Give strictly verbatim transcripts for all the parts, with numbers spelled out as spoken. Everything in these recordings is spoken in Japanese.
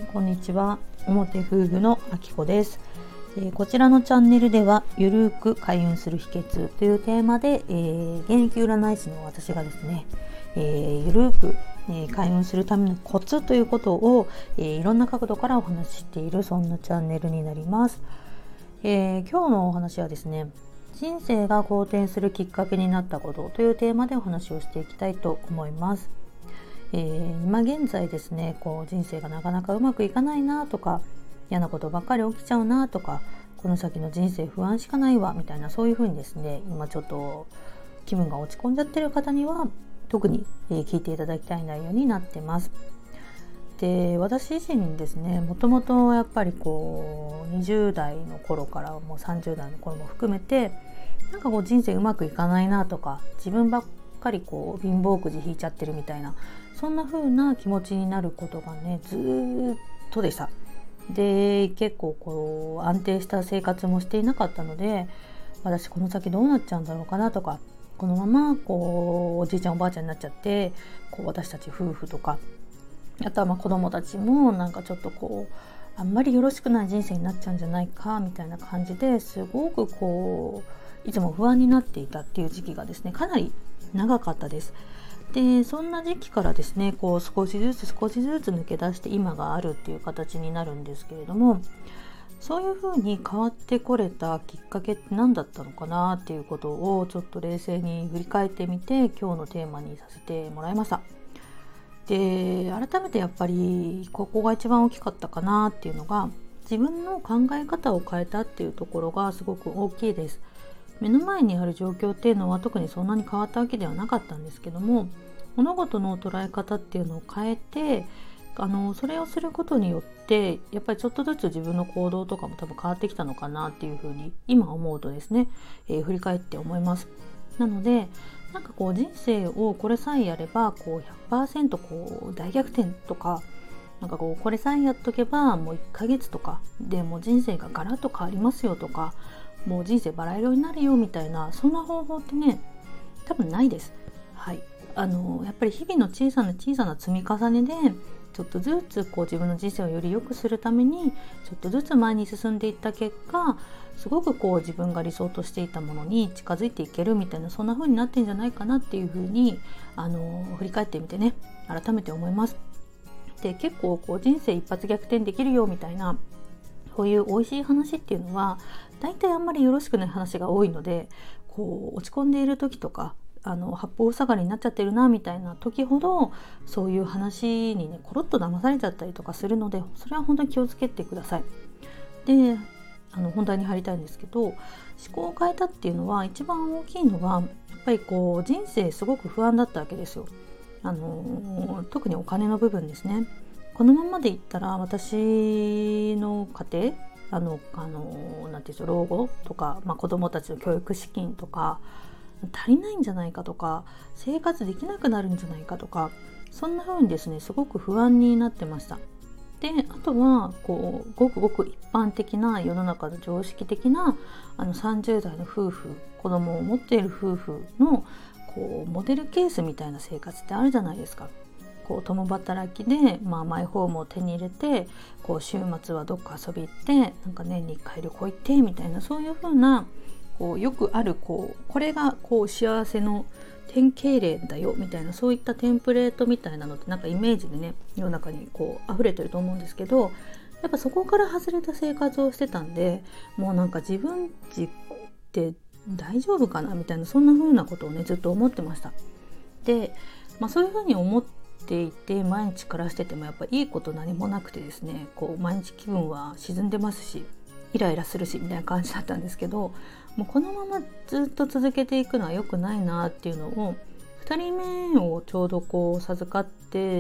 こんにちは。表夫婦のあきこです。えー、こちらのチャンネルではゆるーく開運する秘訣というテーマで、えー、現役占い師の私がですね、えー、ゆるーく、えー、開運するためのコツということを、えー、いろんな角度からお話ししているそんなチャンネルになります。えー、今日のお話はですね、人生が好転するきっかけになったことというテーマでお話をしていきたいと思います。えー、今現在ですね、こう人生がなかなかうまくいかないなとか、嫌なことばっかり起きちゃうなとか、この先の人生不安しかないわみたいな、そういう風にですね、今ちょっと気分が落ち込んじゃってる方には特に、えー、聞いていただきたい内容になってます。で、私自身ですね、もともとやっぱりこうにじゅう代の頃からもうさんじゅう代の頃も含めて、なんかこう人生うまくいかないなとか、自分ばっかりこう貧乏くじ引いちゃってるみたいな、そんな風な気持ちになることがね、ずーっとでした。で、結構こう安定した生活もしていなかったので、私この先どうなっちゃうんだろうかなとか、このままこうおじいちゃんおばあちゃんになっちゃって、こう私たち夫婦とか、あとはまあ子供たちもなんかちょっとこうあんまりよろしくない人生になっちゃうんじゃないかみたいな感じで、すごくこういつも不安になっていたっていう時期がですね、かなり長かったです。で、そんな時期からですね、こう少しずつ少しずつ抜け出して今があるっていう形になるんですけれども、そういう風に変わってこれたきっかけって何だったのかなっていうことをちょっと冷静に振り返ってみて、今日のテーマにさせてもらいました。で、改めてやっぱりここが一番大きかったかなっていうのが、自分の考え方を変えたっていうところがすごく大きいです。目の前にある状況っていうのは特にそんなに変わったわけではなかったんですけども、物事の捉え方っていうのを変えて、あのそれをすることによってやっぱりちょっとずつ自分の行動とかも多分変わってきたのかなっていうふうに今思うとですね、えー、振り返って思います。なので、なんかこう人生をこれさえやればこう ひゃくパーセント こう大逆転とか、なんかこうこれさえやっとけばもういっかげつとかでもう人生がガラッと変わりますよとか、もう人生バラ色になるよみたいな、そんな方法ってね、多分ないです。はい。あのやっぱり日々の小さな小さな積み重ねで、ちょっとずつこう自分の人生をより良くするためにちょっとずつ前に進んでいった結果、すごくこう自分が理想としていたものに近づいていけるみたいな、そんな風になってんじゃないかなっていう風にあの振り返ってみてね、改めて思います。で、結構こう人生一発逆転できるよみたいな、こういう美味しい話っていうのは大体あんまりよろしくない話が多いので、こう落ち込んでいる時とか、あの八方塞がりになっちゃってるなみたいな時ほど、そういう話にねコロッと騙されちゃったりとかするので、それは本当に気をつけてください。で、あの本題に入りたいんですけど、思考を変えたっていうのは一番大きいのが、やっぱりこう人生すごく不安だったわけですよ。あの特にお金の部分ですね。このままでいったら私の家庭、あのあのなんていうんでしょう、老後とか、まあ、子どもたちの教育資金とか足りないんじゃないかとか、生活できなくなるんじゃないかとか、そんな風にですね、すごく不安になってました。で、あとはこうごくごく一般的な世の中の常識的なあのさんじゅう代の夫婦、子供を持っている夫婦のこうモデルケースみたいな生活ってあるじゃないですか。こう共働きで、まあ、マイホームを手に入れて、こう週末はどっか遊び行って、なんか年にいっかい旅行行ってみたいな、そういう風なこうよくあるこうこれがこう幸せの典型例だよみたいな、そういったテンプレートみたいなのってなんかイメージでね、世の中にこう溢れてると思うんですけど、やっぱそこから外れた生活をしてたんで、もうなんか自分ちって大丈夫かなみたいな、そんな風なことをねずっと思ってました。で、まあ、そういう風に思っていて毎日暮らしててもやっぱいいこと何もなくてですね、こう毎日気分は沈んでますし、イライラするしみたいな感じだったんですけど、もうこのままずっと続けていくのは良くないなっていうのを、ふたりめをちょうどこう授かって、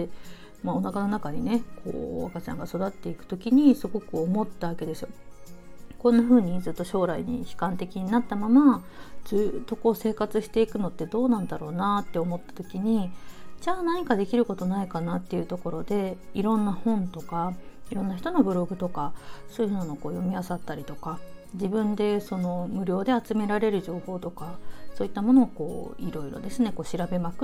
まあ、お腹の中にねこう赤ちゃんが育っていく時にすごく思ったわけですよ。こんな風にずっと将来に悲観的になったままずっとこう生活していくのってどうなんだろうなって思った時に、じゃあ何かできることないかなっていうところで、いろんな本とかいろんな人のブログとかそういうのをこう読み漁ったりとか、 自分でその無料で集められる情報とかそういったものをこういろいろですねこう調べまくって、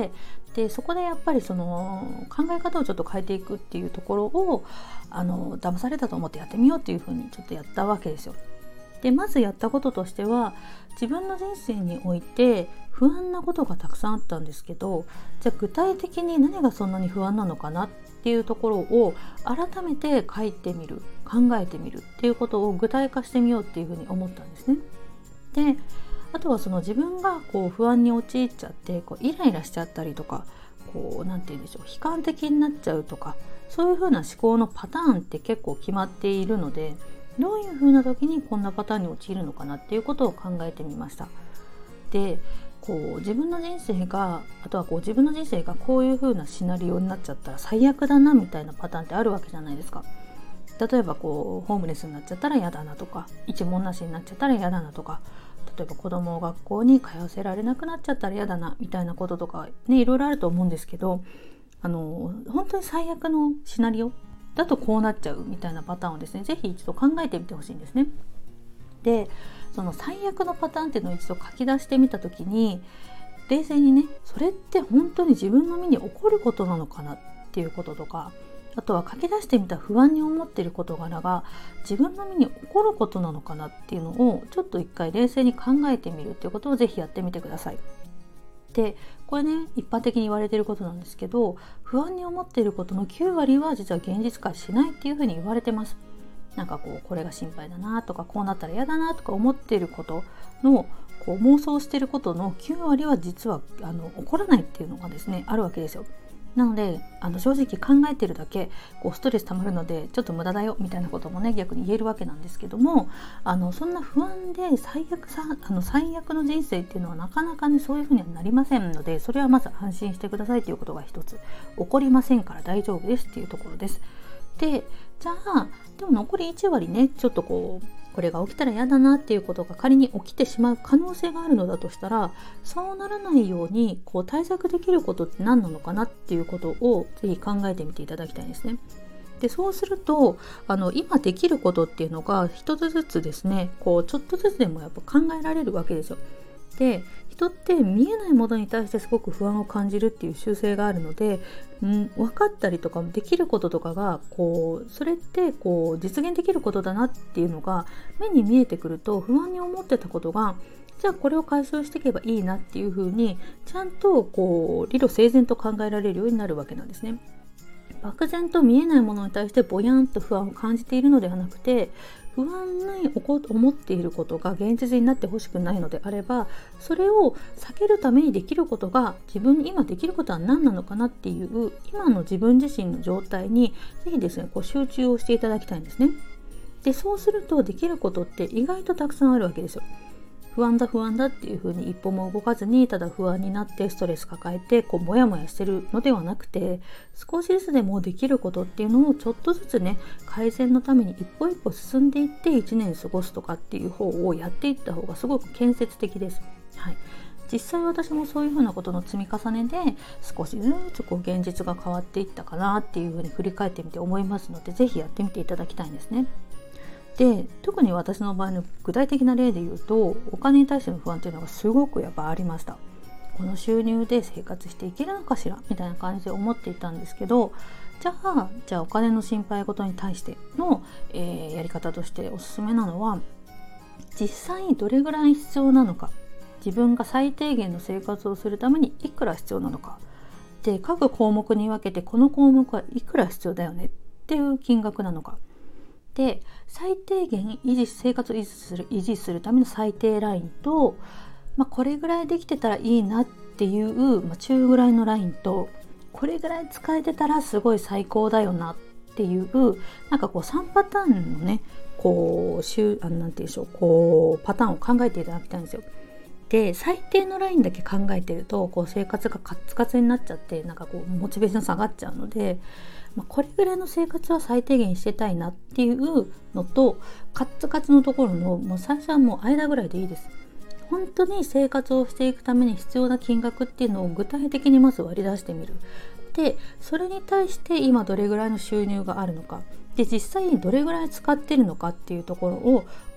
でそこでやっぱりその考え方をちょっと変えていくっていうところをあの騙されたと思ってやってみようっていうふうにちょっとやったわけですよ。でまずやったこととしては、自分の人生において不安なことがたくさんあったんですけど、じゃあ具体的に何がそんなに不安なのかなっていうところを改めて書いてみる、考えてみるっていうことを具体化してみようっていうふうに思ったんですね。であとはその自分がこう不安に陥っちゃってこうイライラしちゃったりとか、こうなんて言うんでしょう、悲観的になっちゃうとか、そういうふうな思考のパターンって結構決まっているので、どういうふうな時にこんなパターンに陥るのかなっていうことを考えてみました。でこう自分の人生があとはこう自分の人生がこういう風なシナリオになっちゃったら最悪だなみたいなパターンってあるわけじゃないですか。例えばこうホームレスになっちゃったら嫌だなとか、一文なしになっちゃったら嫌だなとか、例えば子供を学校に通わせられなくなっちゃったら嫌だなみたいなこととかね、いろいろあると思うんですけど、あの本当に最悪のシナリオだとこうなっちゃうみたいなパターンをですね、ぜひ一度考えてみてほしいんですね。でその最悪のパターンっていうのを一度書き出してみたときに、冷静にね、それって本当に自分の身に起こることなのかなっていうこととか、あとは書き出してみた不安に思っている事柄が自分の身に起こることなのかなっていうのをちょっと一回冷静に考えてみるっていうことをぜひやってみてください。でこれね、一般的に言われていることなんですけど、不安に思っていることのきゅうわりは実は現実化しないっていうふうに言われてます。なんかこうこれが心配だなとか、こうなったら嫌だなとか思っていることのこう妄想していることのきゅうわりは実はあの起こらないっていうのがですねあるわけですよ。なのであの正直考えてるだけこうストレス溜まるのでちょっと無駄だよみたいなこともね逆に言えるわけなんですけども、あのそんな不安で最悪さあの最悪の人生っていうのはなかなかねそういうふうにはなりませんので、それはまず安心してくださいということが一つ、起こりませんから大丈夫ですっていうところです。でじゃあでも残りいちわりね、ちょっとこうこれが起きたら嫌だなっていうことが仮に起きてしまう可能性があるのだとしたら、そうならないようにこう対策できることって何なのかなっていうことをぜひ考えてみていただきたいんですね。でそうするとあの今できることっていうのが一つずつですね、こうちょっとずつでもやっぱ考えられるわけですよ。で人って見えないものに対してすごく不安を感じるっていう習性があるので、うん、分かったりとかできることとかがこうそれってこう実現できることだなっていうのが目に見えてくると、不安に思ってたことがじゃあこれを解消していけばいいなっていうふうにちゃんとこう理路整然と考えられるようになるわけなんですね。漠然と見えないものに対してぼやんと不安を感じているのではなくて、不安に思っていることが現実になってほしくないのであれば、それを避けるためにできることが自分に今できることは何なのかなっていう今の自分自身の状態にぜひですねこう集中をしていただきたいんですね。でそうするとできることって意外とたくさんあるわけですよ。不安だ不安だっていう風に一歩も動かずにただ不安になってストレス抱えてこうモヤモヤしてるのではなくて、少しずつでもできることっていうのをちょっとずつね改善のために一歩一歩進んでいっていちねん過ごすとかっていう方をやっていった方がすごく建設的です。はい、実際私もそういうふうなことの積み重ねで少しずつこう現実が変わっていったかなっていうふうに振り返ってみて思いますので、ぜひやってみていただきたいんですね。で特に私の場合の具体的な例で言うと、お金に対しての不安というのがすごくやっぱありました。この収入で生活していけるのかしらみたいな感じで思っていたんですけど、じゃあじゃあお金の心配事に対しての、えー、やり方としておすすめなのは、実際どれぐらい必要なのか、自分が最低限の生活をするためにいくら必要なのかで、各項目に分けてこの項目はいくら必要だよねっていう金額なのかで、最低限維持生活を維持する維持するための最低ラインと、まあ、これぐらいできてたらいいなっていう、まあ、中ぐらいのラインと、これぐらい使えてたらすごい最高だよなっていうなんかこうさんパターンのねこう週あのなんていうんでしょうこうパターンを考えていただきたいんですよ。で最低のラインだけ考えてるとこう生活がカツカツになっちゃってなんかこうモチベーション下がっちゃうので、まあ、これぐらいの生活は最低限してたいなっていうのと、カッツカツのところのもう最初はもう間ぐらいでいいです。本当に生活をしていくために必要な金額っていうのを具体的にまず割り出してみる。でそれに対して今どれぐらいの収入があるのかで、実際にどれぐらい使ってるのかっていうところをこ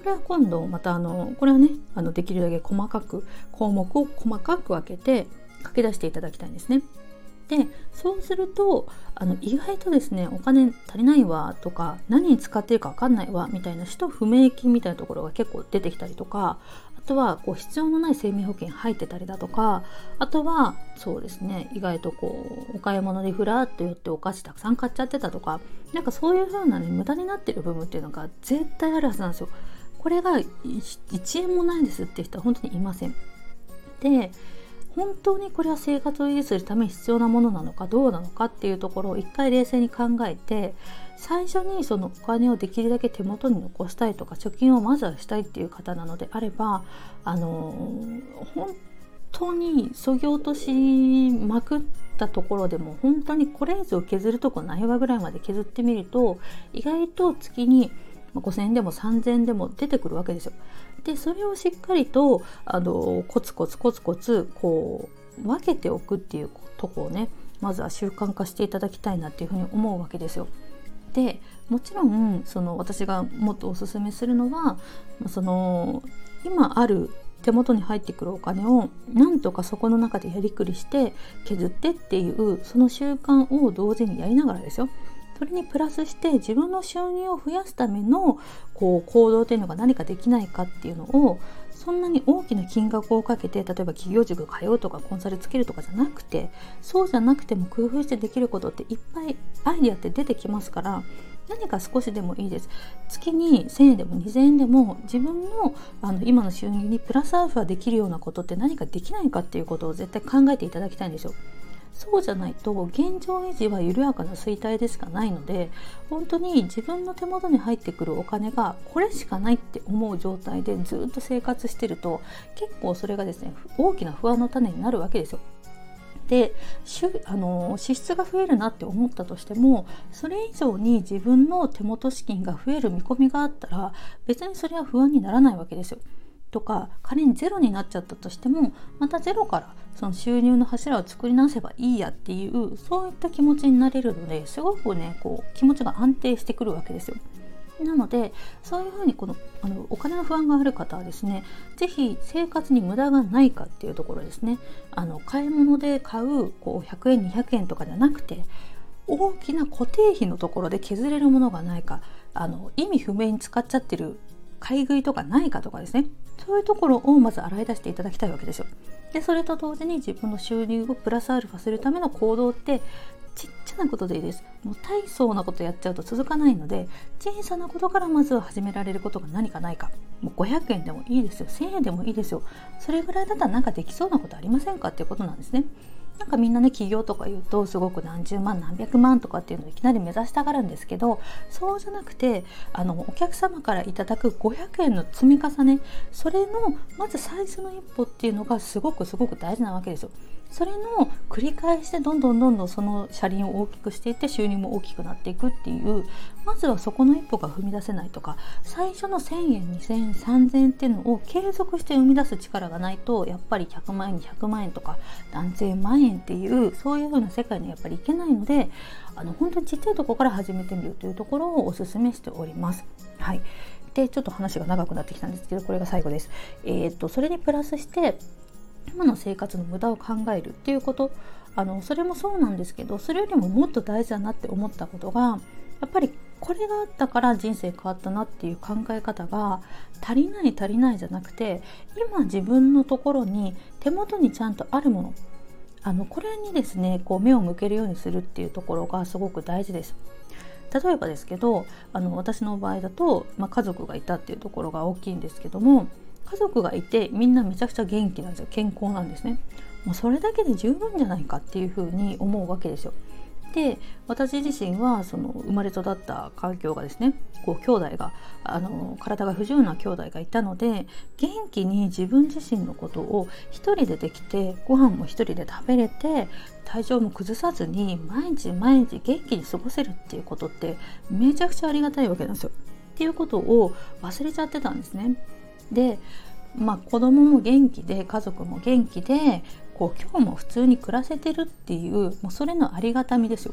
れは今度またあのこれはねあのできるだけ細かく項目を細かく分けて書き出していただきたいんですね。でそうするとあの意外とですねお金足りないわとか何に使っているか分かんないわみたいな使途不明金みたいなところが結構出てきたりとか、あとはこう必要のない生命保険入ってたりだとか、あとはそうですね意外とこうお買い物でふらっと寄ってお菓子たくさん買っちゃってたとか、なんかそういう風なね無駄になってる部分っていうのが絶対あるはずなんですよ。これがいちえんもないですっていう人は本当にいません。で本当にこれは生活を維持するために必要なものなのかどうなのかっていうところを一回冷静に考えて、最初にそのお金をできるだけ手元に残したいとか貯金をまずはしたいっていう方なのであれば、あの本当にそぎ落としまくったところでも本当にこれ以上削るとこないわぐらいまで削ってみると、意外と月にごせんえんでもさんぜんえんでも出てくるわけですよ。でそれをしっかりとあのコツコツコツコツこう分けておくっていうとこをね、まずは習慣化していただきたいなっていうふうに思うわけですよ。でもちろんその私がもっとおすすめするのは、その今ある手元に入ってくるお金をなんとかそこの中でやりくりして削ってっていうその習慣を同時にやりながらですよ、それにプラスして自分の収入を増やすためのこう行動というのが何かできないかっていうのを、そんなに大きな金額をかけて例えば企業塾通うとかコンサルつけるとかじゃなくて、そうじゃなくても工夫してできることっていっぱいアイディアって出てきますから、何か少しでもいいです。月にせんえんでもにせんえんでも自分 の, あの今の収入にプラスアルファできるようなことって何かできないかっていうことを絶対考えていただきたいんですよ。そうじゃないと現状維持は緩やかな衰退でしかないので、本当に自分の手元に入ってくるお金がこれしかないって思う状態でずっと生活してると、結構それがですね大きな不安の種になるわけですよ。であの支出が増えるなって思ったとしても、それ以上に自分の手元資金が増える見込みがあったら別にそれは不安にならないわけですよ。とか仮にゼロになっちゃったとしても、またゼロからその収入の柱を作り直せばいいやっていう、そういった気持ちになれるので、すごくねこう気持ちが安定してくるわけですよ。なのでそういうふうにこのあのお金の不安がある方はですね、ぜひ生活に無駄がないかっていうところですね、あの買い物で買うこうひゃくえんにひゃくえんとかじゃなくて、大きな固定費のところで削れるものがないか、あの意味不明に使っちゃってる買い食いとかないかとかですね、そういうところをまず洗い出していただきたいわけですよ。でそれと同時に自分の収入をプラスアルファするための行動ってちっちゃなことでいいです。もう大層なことやっちゃうと続かないので、小さなことからまずは始められることが何かないか。もうごひゃくえんでもいいですよ、せんえんでもいいですよ。それぐらいだったらなんかできそうなことありませんかっていうことなんですね。なんかみんなね起業とか言うとすごく何十万何百万とかっていうのをいきなり目指したがるんですけど、そうじゃなくてあのお客様からいただくごひゃくえんの積み重ね、それのまず最初の一歩っていうのがすごくすごく大事なわけですよ。それの繰り返しでどんどんどんどんその車輪を大きくしていって収入も大きくなっていくっていう、まずはそこの一歩が踏み出せないとか、最初のせんえんにせんえんさんぜんえんっていうのを継続して生み出す力がないと、やっぱりひゃくまんえんにひゃくまんえんとか何千万円っていうそういう風な世界にやっぱりいけないので、あの本当にちっちゃいところから始めてみるというところをお勧めしております。はい。でちょっと話が長くなってきたんですけど、これが最後です。えー、っとそれにプラスして今の生活の無駄を考えるっていうこと、あのそれもそうなんですけど、それよりももっと大事だなって思ったことが、やっぱりこれがあったから人生変わったなっていう考え方が、足りない足りないじゃなくて、今自分のところに手元にちゃんとあるもの、あのこれにですねこう目を向けるようにするっていうところがすごく大事です。例えばですけど、あの私の場合だと、まあ、家族がいたっていうところが大きいんですけども、家族がいてみんなめちゃくちゃ元気なんですよ。健康なんですね。もうそれだけで十分じゃないかっていうふうに思うわけですよ。で私自身はその生まれ育った環境がですね、こう兄弟があの体が不自由な兄弟がいたので、元気に自分自身のことを一人でできて、ご飯も一人で食べれて、体調も崩さずに毎日毎日元気に過ごせるっていうことってめちゃくちゃありがたいわけなんですよ。っていうことを忘れちゃってたんですね。で、まあ、子供も元気で家族も元気で、こう今日も普通に暮らせてるっていう、もうそれのありがたみですよ。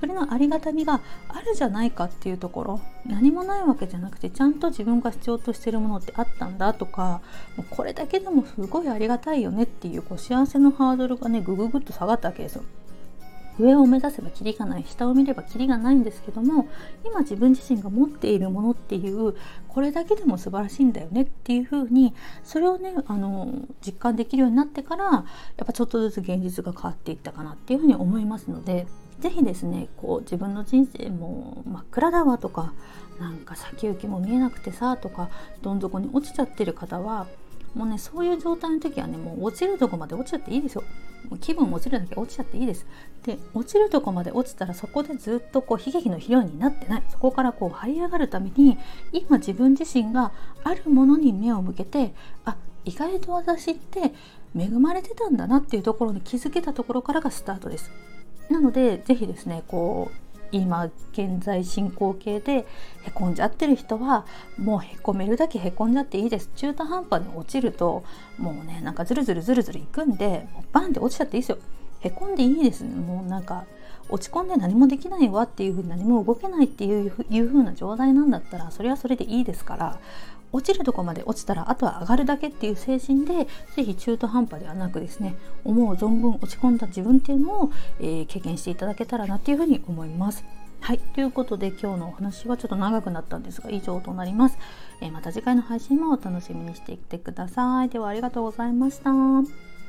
それのありがたみがあるじゃないかっていうところ、何もないわけじゃなくてちゃんと自分が必要としているものってあったんだとか、もうこれだけでもすごいありがたいよねっていう、こう幸せのハードルがねぐぐぐっと下がったわけですよ。上を目指せばキリがない、下を見ればキリがないんですけども、今自分自身が持っているものっていうこれだけでも素晴らしいんだよねっていう風に、それをねあの実感できるようになってから、やっぱちょっとずつ現実が変わっていったかなっていう風に思いますので、ぜひですねこう自分の人生も真っ暗だわとか、なんか先行きも見えなくてさとか、どん底に落ちちゃってる方はもうね、そういう状態の時はね、もう落ちるとこまで落ちちゃっていいですよ。もう気分落ちるだけ落ちちゃっていいです。で、落ちるとこまで落ちたら、そこでずっとこう悲劇の肥料になってない。そこからこう這い上がるために、今自分自身があるものに目を向けて、あ、意外と私って恵まれてたんだなっていうところに気づけたところからがスタートです。なので、ぜひですね、こう今現在進行形でへこんじゃってる人は、もうへこめるだけへこんじゃっていいです。中途半端に落ちるともうね、なんかズルズルズルズルいくんで、もうバンって落ちちゃっていいですよ。へこんでいいです。もうなんか落ち込んで何もできないわっていうふうに、何も動けないっていういう風な状態なんだったら、それはそれでいいですから、落ちるとこまで落ちたらあとは上がるだけっていう精神で、ぜひ中途半端ではなくですね、思う存分落ち込んだ自分っていうのを、えー、経験していただけたらなっていうふうに思います。はい、ということで今日のお話はちょっと長くなったんですが、以上となります。えー、また次回の配信もお楽しみにしていってください。ではありがとうございました。